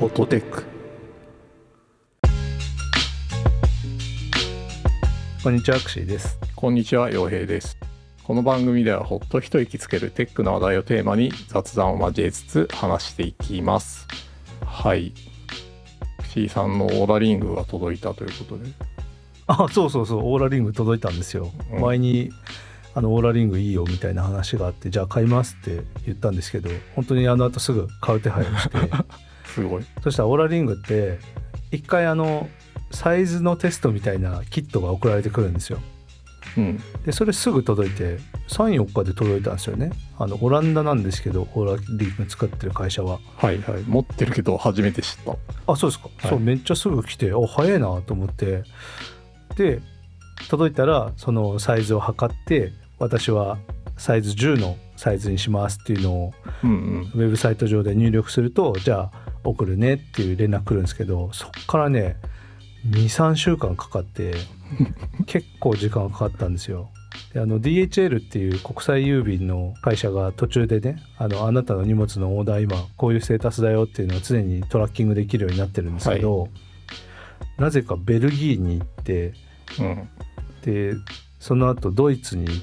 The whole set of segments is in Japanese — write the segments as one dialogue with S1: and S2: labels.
S1: フォトテック。こんにちは、アクシーです。
S2: こんにちは、陽平です。この番組ではほっと一息つけるテックの話題をテーマに雑談を交えつつ話していきます。はい。アクシーさんのオーラリングが届いたということで。
S1: そう、オーラリング届いたんですよ。前にオーラリングいいよみたいな話があって、じゃあ買いますって言ったんですけど、本当に後すぐ買う手配をして
S2: すごい。
S1: そしたらオーラリングって一回サイズのテストみたいなキットが送られてくるんですよ。でそれすぐ届いて 3,4 日で届いたんですよね。オランダなんですけど、オーラリング作ってる会社は。
S2: はいはい、持ってるけど初めて知った。
S1: そうですか、
S2: はい、
S1: そうめっちゃすぐ来て、早いなと思って、で届いたらそのサイズを測って、私はサイズ10のサイズにしますっていうのをウェブサイト上で入力すると、じゃあ送るねっていう連絡来るんですけど、そっからね 2,3 週間かかって結構時間がかかったんですよ。でDHL っていう国際郵便の会社が途中でね、あなたの荷物のオーダー今こういうステータスだよっていうのを常にトラッキングできるようになってるんですけど、なぜかベルギーに行って、でその後ドイツに行って、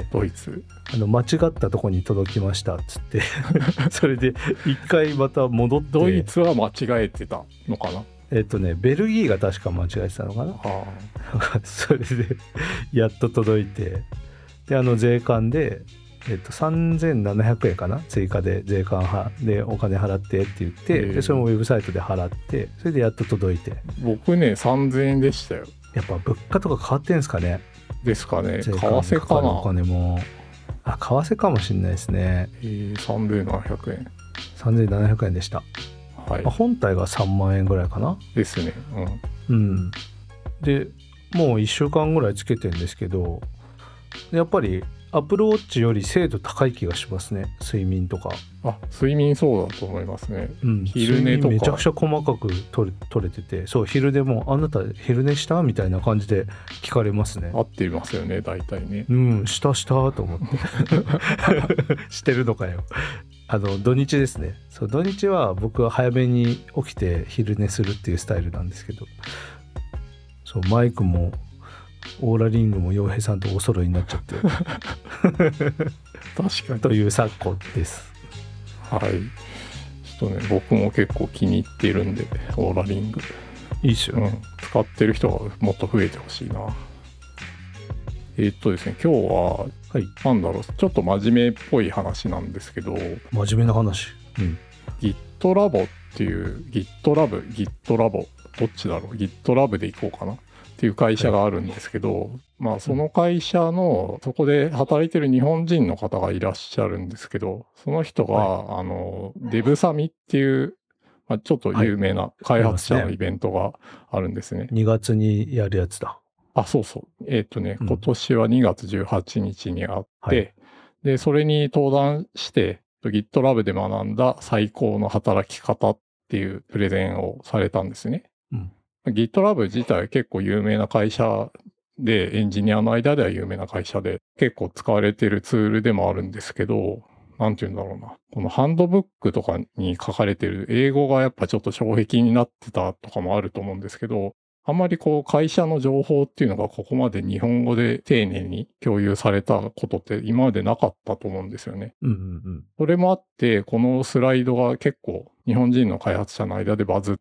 S1: 間違ったとこに届きましたっつってそれで一回また戻って。
S2: ドイツは間違えてたのかな。
S1: ベルギーが確か間違えてたのかな。それでやっと届いて、で税関で、3,700 円かな、追加で税関でお金払ってって言って、でそれもウェブサイトで払って、それでやっと届いて。
S2: 僕ね 3,000 円でしたよ。
S1: やっぱ物価とか変わってんですかね。
S2: ですかね。為替かな。
S1: お金も為替かもしれないですね。
S2: 3,700 円。
S1: 3,700 円でした。はい。本体が3万円ぐらいかな。
S2: ですね。
S1: でもう1週間ぐらいつけてるんですけど、やっぱりアップルウォッチより精度高い気がしますね。睡眠とか。
S2: 睡眠そうだと思いますね。
S1: 昼寝とかめちゃくちゃ細かく取れてて、そう、昼寝もあなた昼寝したみたいな感じで聞かれますね。
S2: 合ってますよね、大体ね。
S1: したと思ってしてるのかよ。土日ですね。そう、土日は僕は早めに起きて昼寝するっていうスタイルなんですけど、そうマイクもオーラリングも陽平さんとお揃いになっちゃって
S2: 確かに
S1: という昨今です。
S2: はい。ちょっとね、僕も結構気に入っているんで、オーラリング
S1: いいっすよね。
S2: 使ってる人がもっと増えてほしいな。ですね、今日は、なんだろう、ちょっと真面目っぽい話なんですけど。
S1: 真面目な話。
S2: GitLab っていう GitLab どっちだろう、 GitLab でいこうかなっていう会社があるんですけど、その会社のそこで働いてる日本人の方がいらっしゃるんですけど、その人が、デブサミっていう、ちょっと有名な開発者のイベントがあるんですね。
S1: 2月にやるやつだ。
S2: そうそう。今年は2月18日にあって、で、それに登壇して、GitLab で学んだ最高の働き方っていうプレゼンをされたんですね。GitLab 自体結構有名な会社で、エンジニアの間では有名な会社で、結構使われているツールでもあるんですけど、なんて言うんだろうな。このハンドブックとかに書かれている英語がやっぱちょっと障壁になってたとかもあると思うんですけど、あんまり会社の情報っていうのがここまで日本語で丁寧に共有されたことって今までなかったと思うんですよね。それもあって、このスライドが結構日本人の開発者の間でバズって、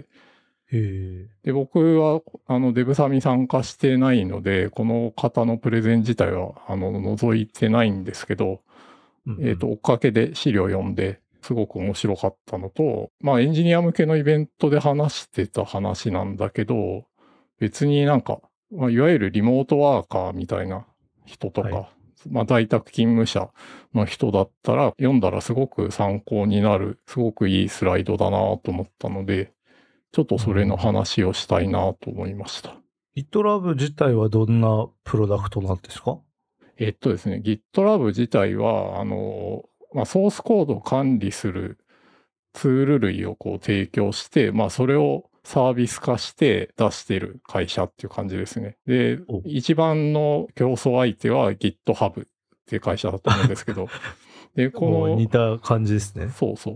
S2: で、僕はデブサミ参加してないので、この方のプレゼン自体は覗いてないんですけど、追っかけで資料読んで、すごく面白かったのと、エンジニア向けのイベントで話してた話なんだけど、別になんか、いわゆるリモートワーカーみたいな人とか、在宅勤務者の人だったら、読んだらすごく参考になる、すごくいいスライドだなと思ったので、ちょっとそれの話をしたいなと思いました。
S1: GitLab 自体はどんなプロダクトなんですか？
S2: ですね、GitLab 自体は、ソースコードを管理するツール類を提供して、それをサービス化して出している会社っていう感じですね。で、一番の競争相手は GitHub っていう会社だと思うんですけど、で、
S1: 似た感じですね。
S2: そうそう。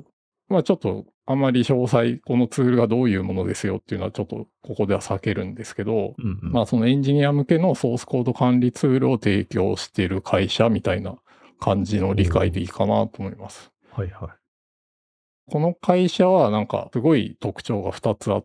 S2: まあちょっとあんまり詳細、このツールがどういうものですよっていうのはちょっとここでは避けるんですけど、
S1: うんうん。
S2: まあそのエンジニア向けのソースコード管理ツールを提供している会社みたいな感じの理解でいいかなと思います。
S1: はいはい。
S2: この会社はなんかすごい特徴が2つあって、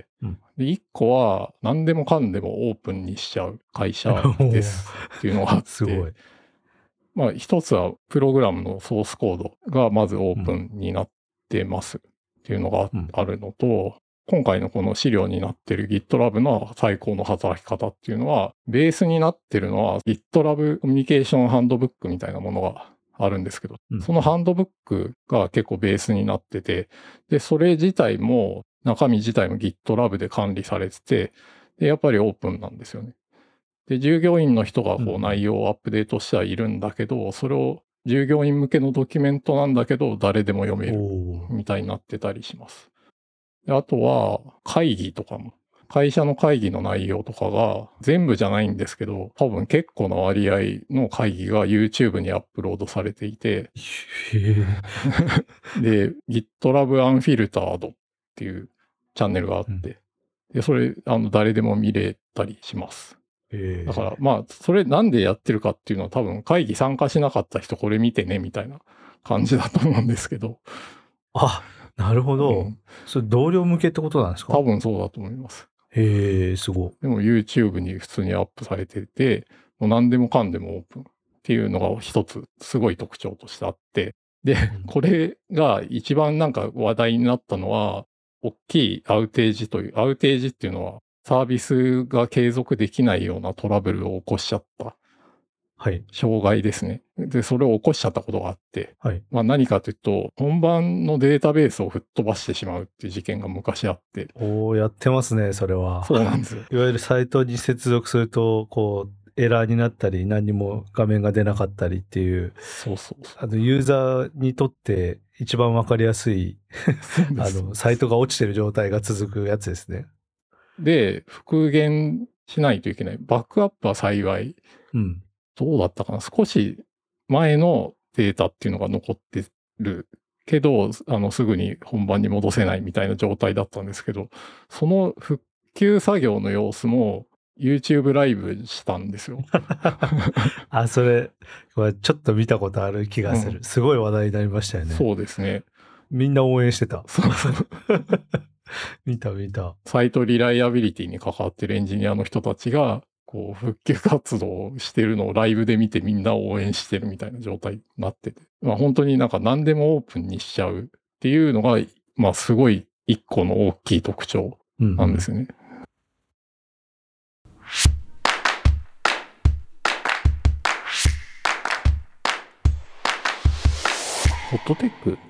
S2: で1個は何でもかんでもオープンにしちゃう会社ですっていうのがあって、
S1: すごい。
S2: まあ一つはプログラムのソースコードがまずオープンになってますっていうのがあるのと、今回のこの資料になっている GitLab の最高の働き方っていうのは、ベースになってるのは GitLab コミュニケーションハンドブックみたいなものがあるんですけど、そのハンドブックが結構ベースになってて、で、それ自体も、中身自体も GitLab で管理されてて、で、やっぱりオープンなんですよね。で、従業員の人がこう内容をアップデートしてはいるんだけど、それを従業員向けのドキュメントなんだけど、誰でも読めるみたいになってたりします。で、あとは会議とかも。会社の会議の内容とかが全部じゃないんですけど、多分結構な割合の会議が YouTube にアップロードされていて、で、GitLab Unfiltered っていうチャンネルがあって、で、それ、誰でも見れたりします。だから、まあ、それなんでやってるかっていうのは多分会議参加しなかった人これ見てね、みたいな感じだと思うんですけど。
S1: あ、なるほど。それ同僚向けってことなんですか？
S2: 多分そうだと思います。
S1: へえ、すごい。
S2: でも YouTube に普通にアップされてて、もう何でもかんでもオープンっていうのが一つすごい特徴としてあって、で、これが一番なんか話題になったのは、大きいアウテージっていうのはサービスが継続できないようなトラブルを起こしちゃった。
S1: はい。
S2: 障害ですね。で、それを起こしちゃったことがあって、
S1: はい。
S2: まあ何かというと、本番のデータベースを吹っ飛ばしてしまうっていう事件が昔あって。
S1: おー、やってますね、それは。
S2: そうなんですよ。
S1: いわゆるサイトに接続すると、こう、エラーになったり、何にも画面が出なかったりっていう、
S2: そうそうそう。
S1: ユーザーにとって一番わかりやすい、サイトが落ちてる状態が続くやつですね。
S2: で、復元しないといけない。バックアップは幸い、どうだったかな。少し前のデータっていうのが残ってるけど、すぐに本番に戻せないみたいな状態だったんですけど、その復旧作業の様子も YouTube ライブしたんですよ。
S1: あ、これちょっと見たことある気がする。すごい話題になりましたよね。
S2: そうですね。
S1: みんな応援してた。
S2: そうそう。
S1: 見た。
S2: サイトリライアビリティに関わってるエンジニアの人たちが、こう、復旧活動をしてるのをライブで見てみんな応援してるみたいな状態になってて。まあ本当になんか何でもオープンにしちゃうっていうのが、まあすごい一個の大きい特徴なんですよね。ホットテック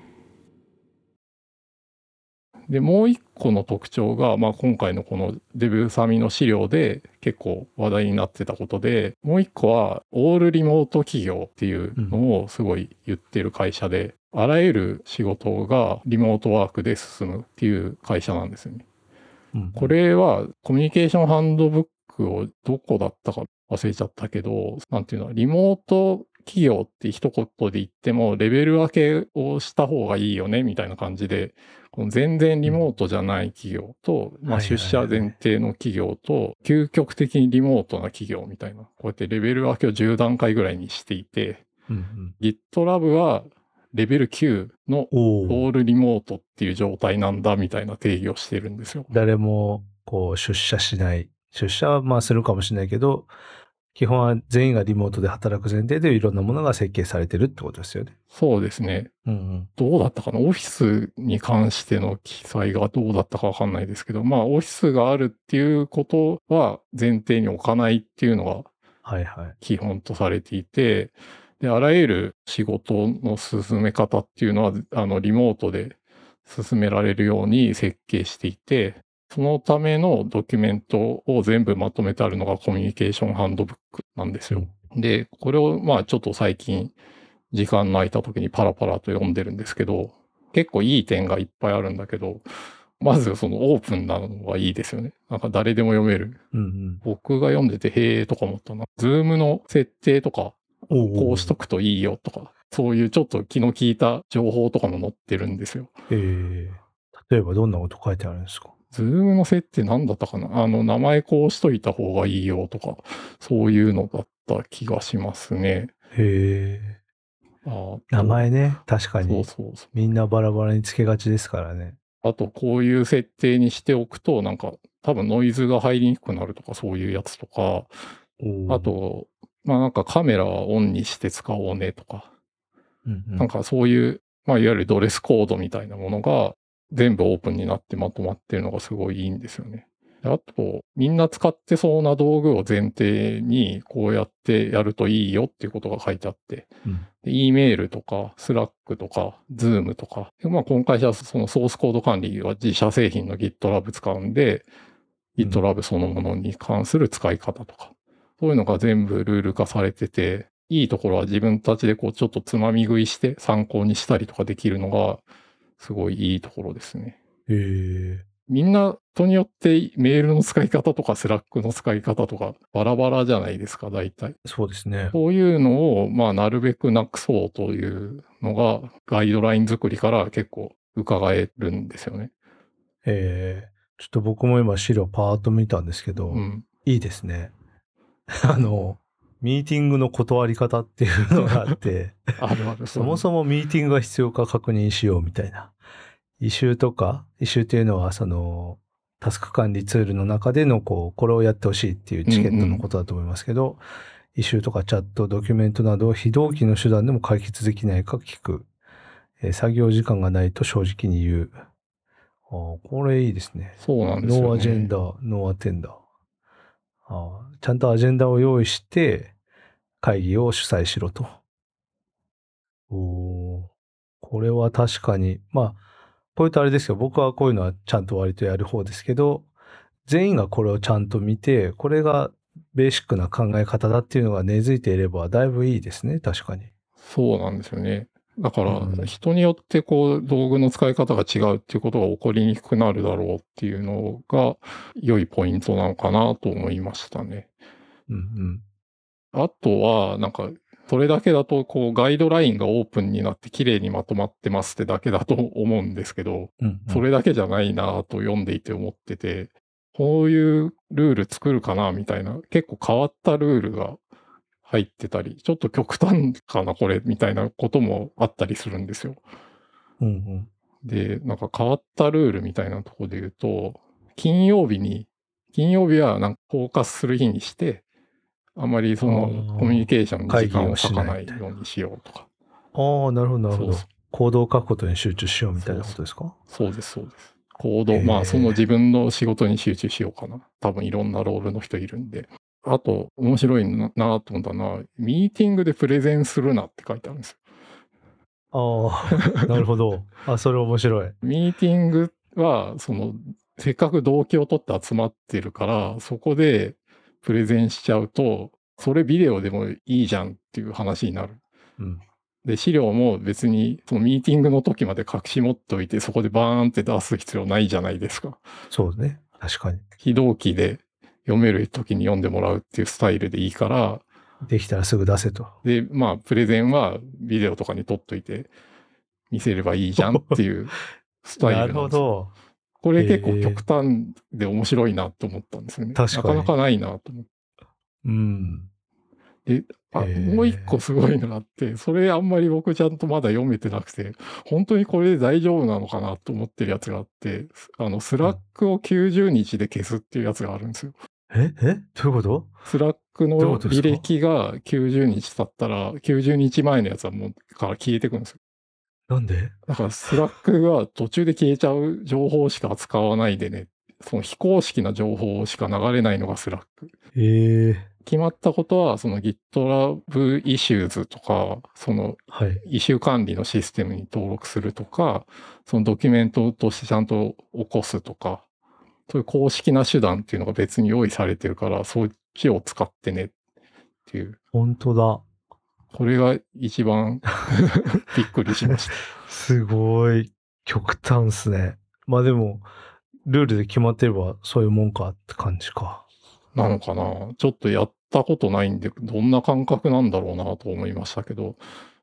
S2: で、もう一個の特徴が、まあ今回のこのデブサミの資料で結構話題になってたことで、もう一個はオールリモート企業っていうのをすごい言ってる会社で、あらゆる仕事がリモートワークで進むっていう会社なんですよね。これはコミュニケーションハンドブックをどこだったか忘れちゃったけど、なんていうの、リモート企業って一言で言ってもレベル分けをした方がいいよねみたいな感じで、この全然リモートじゃない企業と、まあ、出社前提の企業と、究極的にリモートな企業みたいな、こうやってレベル分けを10段階ぐらいにしていて、GitLab はレベル9のオールリモートっていう状態なんだみたいな定義をしてるんですよ。
S1: 誰もこう出社しない。出社はまあするかもしれないけど、基本は全員がリモートで働く前提でいろんなものが設計されてるってことですよね。
S2: そうですね。どうだったかな、オフィスに関しての記載がどうだったかわかんないですけど、まあオフィスがあるっていうことは前提に置かないっていうのが基本とされていて、で、あらゆる仕事の進め方っていうのは、リモートで進められるように設計していて、そのためのドキュメントを全部まとめてあるのがコミュニケーションハンドブックなんですよ。で、これをまあちょっと最近時間の空いた時にパラパラと読んでるんですけど、結構いい点がいっぱいあるんだけど、まずそのオープンなのはいいですよね。なんか誰でも読める。僕が読んでてへーとか思ったな。ズームの設定とか、こうしとくといいよとか、 そういうちょっと気の利いた情報とかも載ってるんですよ。
S1: 例えばどんなこと書いてあるんですか？
S2: ズームの設定何だったかな、名前こうしといた方がいいよとか、そういうのだった気がしますね。
S1: 名前ね、確かに。
S2: そう。
S1: みんなバラバラにつけがちですからね。
S2: あと、こういう設定にしておくと、なんか、多分ノイズが入りにくくなるとか、そういうやつとか、あと、なんかカメラはオンにして使おうねとか、なんかそういう、いわゆるドレスコードみたいなものが全部オープンになってまとまってるのがすごいいいんですよね。あと、みんな使ってそうな道具を前提にこうやってやるといいよっていうことが書いてあって、E メールとか、スラックとか、Zoom とか、この会社はそのソースコード管理は自社製品の GitLab 使うんで、GitLab そのものに関する使い方とか、そういうのが全部ルール化されてて、いいところは自分たちでこうちょっとつまみ食いして参考にしたりとかできるのが、すごいいいところですね。みんな人によってメールの使い方とかスラックの使い方とかバラバラじゃないですか、大体。
S1: そうですね。
S2: そういうのを、なるべくなくそうというのがガイドライン作りから結構伺えるんですよね。
S1: ちょっと僕も今資料パーッと見たんですけど、いいですね。ミーティングの断り方っていうのがあって、そもそもミーティングが必要か確認しようみたいな。イシューっていうのはそのタスク管理ツールの中でのこれをやってほしいっていうチケットのことだと思いますけど、イシューとかチャット、ドキュメントなどを非同期の手段でも解決できないか聞く。作業時間がないと正直に言う。これいいですね。
S2: そうなんですよね。
S1: ノーアジェンダー、ノーアテンダー。ちゃんとアジェンダを用意して会議を主催しろと。これは確かに、こういうとあれですけど、僕はこういうのはちゃんと割とやる方ですけど、全員がこれをちゃんと見て、これがベーシックな考え方だっていうのが根付いていれば、だいぶいいですね、確かに。
S2: そうなんですよね。だから、人によって道具の使い方が違うっていうことが起こりにくくなるだろうっていうのが良いポイントなのかなと思いましたね。あとは、なんか、それだけだと、ガイドラインがオープンになって綺麗にまとまってますってだけだと思うんですけど、それだけじゃないなと読んでいて思ってて、こういうルール作るかなみたいな、結構変わったルールが入ってたり、ちょっと極端かなこれみたいなこともあったりするんですよ。で、なんか変わったルールみたいなところで言うと、金曜日はなんかフォーカスする日にして、あまりそのコミュニケーションに時間を割かないようにしようとか。
S1: なるほど、なるほど。行動を書くことに集中しようみたいなことですか？
S2: そうです。行動、その自分の仕事に集中しようかな。多分いろんなロールの人いるんで。あと、面白いなと思ったのは、ミーティングでプレゼンするなって書いてあるんです
S1: よ。なるほど。それ面白い。
S2: ミーティングは、せっかく同期を取って集まってるから、そこでプレゼンしちゃうと、それビデオでもいいじゃんっていう話になる。で、資料も別にそのミーティングの時まで隠し持っておいて、そこでバーンって出す必要ないじゃないですか。
S1: そうね。確かに。
S2: 非同期で読める時に読んでもらうっていうスタイルでいいから。
S1: できたらすぐ出せと。
S2: で、プレゼンはビデオとかに撮っといて見せればいいじゃんっていうスタイルなんです。なるほど。これ結構極端で面白いなと思ったんですよね。なかなかないなと思って。で、もう一個すごいのがあって、それあんまり僕ちゃんとまだ読めてなくて、本当にこれで大丈夫なのかなと思ってるやつがあって、スラックを90日で消すっていうやつがあるんですよ。
S1: どういうこと？
S2: スラックの履歴が90日経ったら、90日前のやつはもうから消えてくるんですよ。
S1: なんで？
S2: だからスラックが途中で消えちゃう情報しか扱わないでね、その非公式な情報しか流れないのがスラック。決まったことは、その GitLab Issues とか、そのイシュー管理のシステムに登録するとか、そのドキュメントとしてちゃんと起こすとか、そういう公式な手段っていうのが別に用意されてるから、そっちを使ってねっていう。
S1: 本当だ。
S2: これが一番びっくりしました。
S1: すごい極端っすね。でも、ルールで決まってればそういうもんかって感じか。
S2: なのかな。ちょっとやったことないんで、どんな感覚なんだろうなと思いましたけど、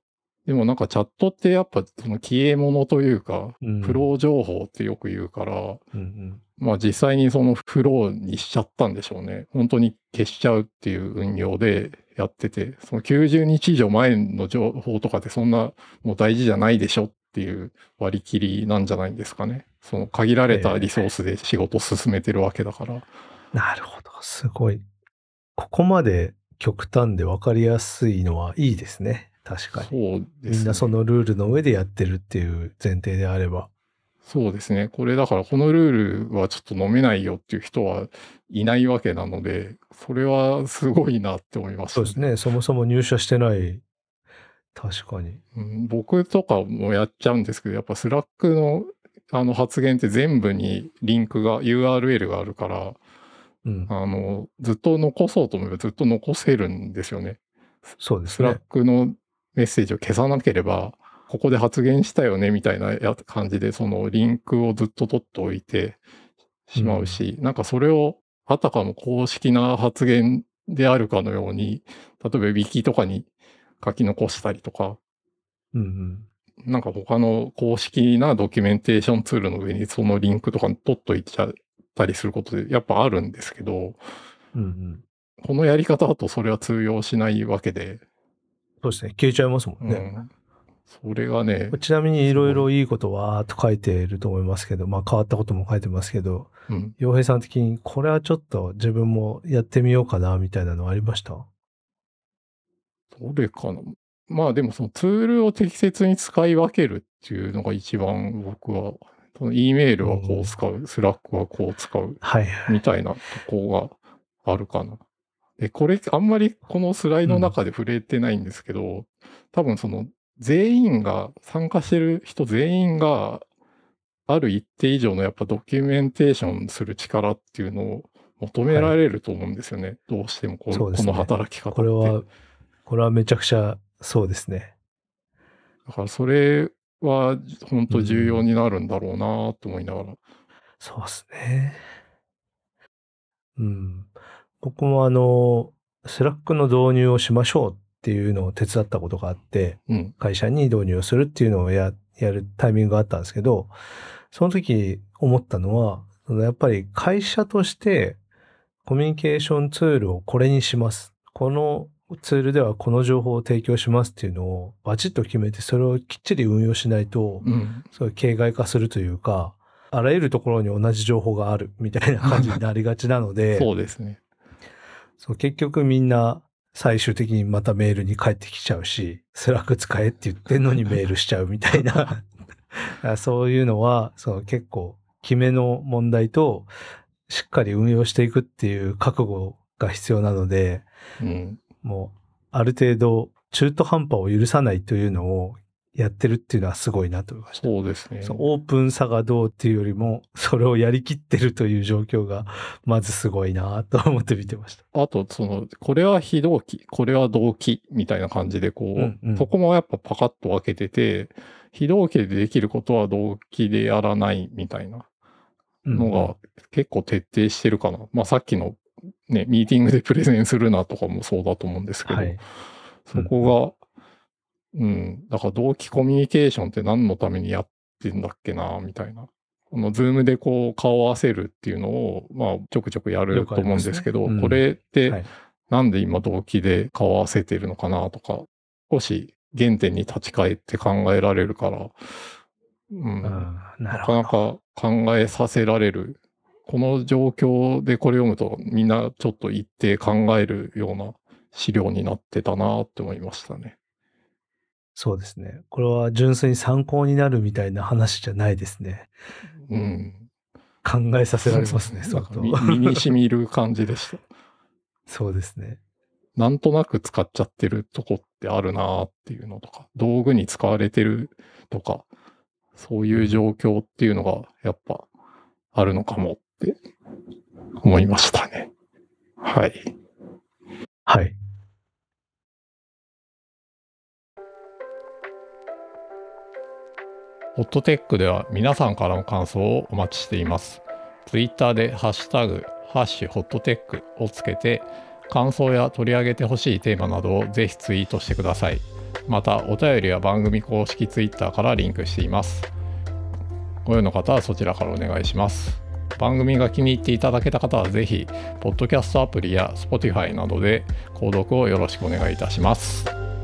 S2: でもなんかチャットってやっぱその消え物というか、フロー情報ってよく言うから、まあ実際にそのフローにしちゃったんでしょうね。本当に消しちゃうっていう運用でやってて、その90日以上前の情報とかってそんなもう大事じゃないでしょっていう割り切りなんじゃないんですかね。その限られたリソースで仕事を進めてるわけだから。
S1: なるほど。すごい。ここまで極端で分かりやすいのはいいですね。確かに。
S2: そうですね。
S1: みんなそのルールの上でやってるっていう前提であれば。
S2: そうですね。これだからこのルールはちょっと飲めないよっていう人はいないわけなので、それはすごいなって思いましたね。
S1: そうですね。そもそも入社してない。確かに。
S2: 僕とかもやっちゃうんですけど、やっぱスラックの発言って全部にリンクが、URL があるから、ずっと残そうと思えばずっと残せるんですよね。
S1: そうですね。
S2: スラックのメッセージを消さなければ、ここで発言したよねみたいな感じで、そのリンクをずっと取っておいてしまうし、なんかそれをあたかも公式な発言であるかのように、例えば Wiki とかに書き残したりとか、なんか他の公式なドキュメンテーションツールの上にそのリンクとか取っといちゃったりすることでやっぱあるんですけど、このやり方だとそれは通用しないわけで。
S1: そうですね。消えちゃいますもんね。
S2: それがね。
S1: ちなみにいろいろいいことはと書いていると思いますけど、まあ変わったことも書いてますけど、洋平さん的にこれはちょっと自分もやってみようかなみたいなのありました？
S2: どれかな。まあでもそのツールを適切に使い分けるっていうのが一番僕は、その E メールはこう使う、スラックはこう使う、みたいなとこがあるかな。で、これあんまりこのスライドの中で触れてないんですけど、多分その全員が、参加してる人全員が、ある一定以上のやっぱドキュメンテーションする力っていうのを求められると思うんですよね。どうしてもこの働き方って。
S1: これはめちゃくちゃそうですね。
S2: だからそれは本当重要になるんだろうなと思いながら。
S1: そうですね。僕もスラックの導入をしましょうっていうのを手伝ったことがあって、会社に導入をするっていうのをやるタイミングがあったんですけど、その時思ったのは、やっぱり会社としてコミュニケーションツールをこれにします。このツールではこの情報を提供しますっていうのをバチッと決めて、それをきっちり運用しないと、そういう形骸化するというか、あらゆるところに同じ情報があるみたいな感じになりがちなので、
S2: そうですね。
S1: 結局みんな最終的にまたメールに返ってきちゃうし、スラック使えって言ってんのにメールしちゃうみたいな。そういうのは、結構決めの問題と、しっかり運用していくっていう覚悟が必要なので、もうある程度中途半端を許さないというのをやってるっていうのはすごいなと思いました。
S2: そうですね。
S1: オープンさがどうっていうよりも、それをやりきってるという状況がまずすごいなと思って見てました。
S2: あと、これは非同期、これは同期みたいな感じでそこもやっぱパカッと分けてて、非同期でできることは同期でやらないみたいなのが結構徹底してるかな。まあさっきのね、ミーティングでプレゼンするなとかもそうだと思うんですけど、そこが、だから同期コミュニケーションって何のためにやってんだっけな、みたいな。ズームで顔を合わせるっていうのを、まあ、ちょくちょくやると思うんですけど、これって、なんで今同期で顔を合わせてるのかなとか、少し原点に立ち返って考えられるから、なかなか考えさせられる。この状況でこれ読むとみんなちょっと一定考えるような資料になってたなって思いましたね。
S1: そうですね。これは純粋に参考になるみたいな話じゃないですね。考えさせられますね、
S2: 相当。身に染みる感じでした。
S1: そうですね。
S2: なんとなく使っちゃってるとこってあるなっていうのとか、道具に使われてるとか、そういう状況っていうのがやっぱあるのかもって思いましたね。はい。
S1: はい。
S2: ホットテックでは皆さんからの感想をお待ちしています。ツイッターでハッシュタグ、ハッシュホットテックをつけて、感想や取り上げてほしいテーマなどをぜひツイートしてください。 またお便りは番組公式 Twitter からリンクしています。ご用の方はそちらからお願いします。番組が気に入っていただけた方はぜひポッドキャストアプリや Spotify などで購読をよろしくお願いいたします。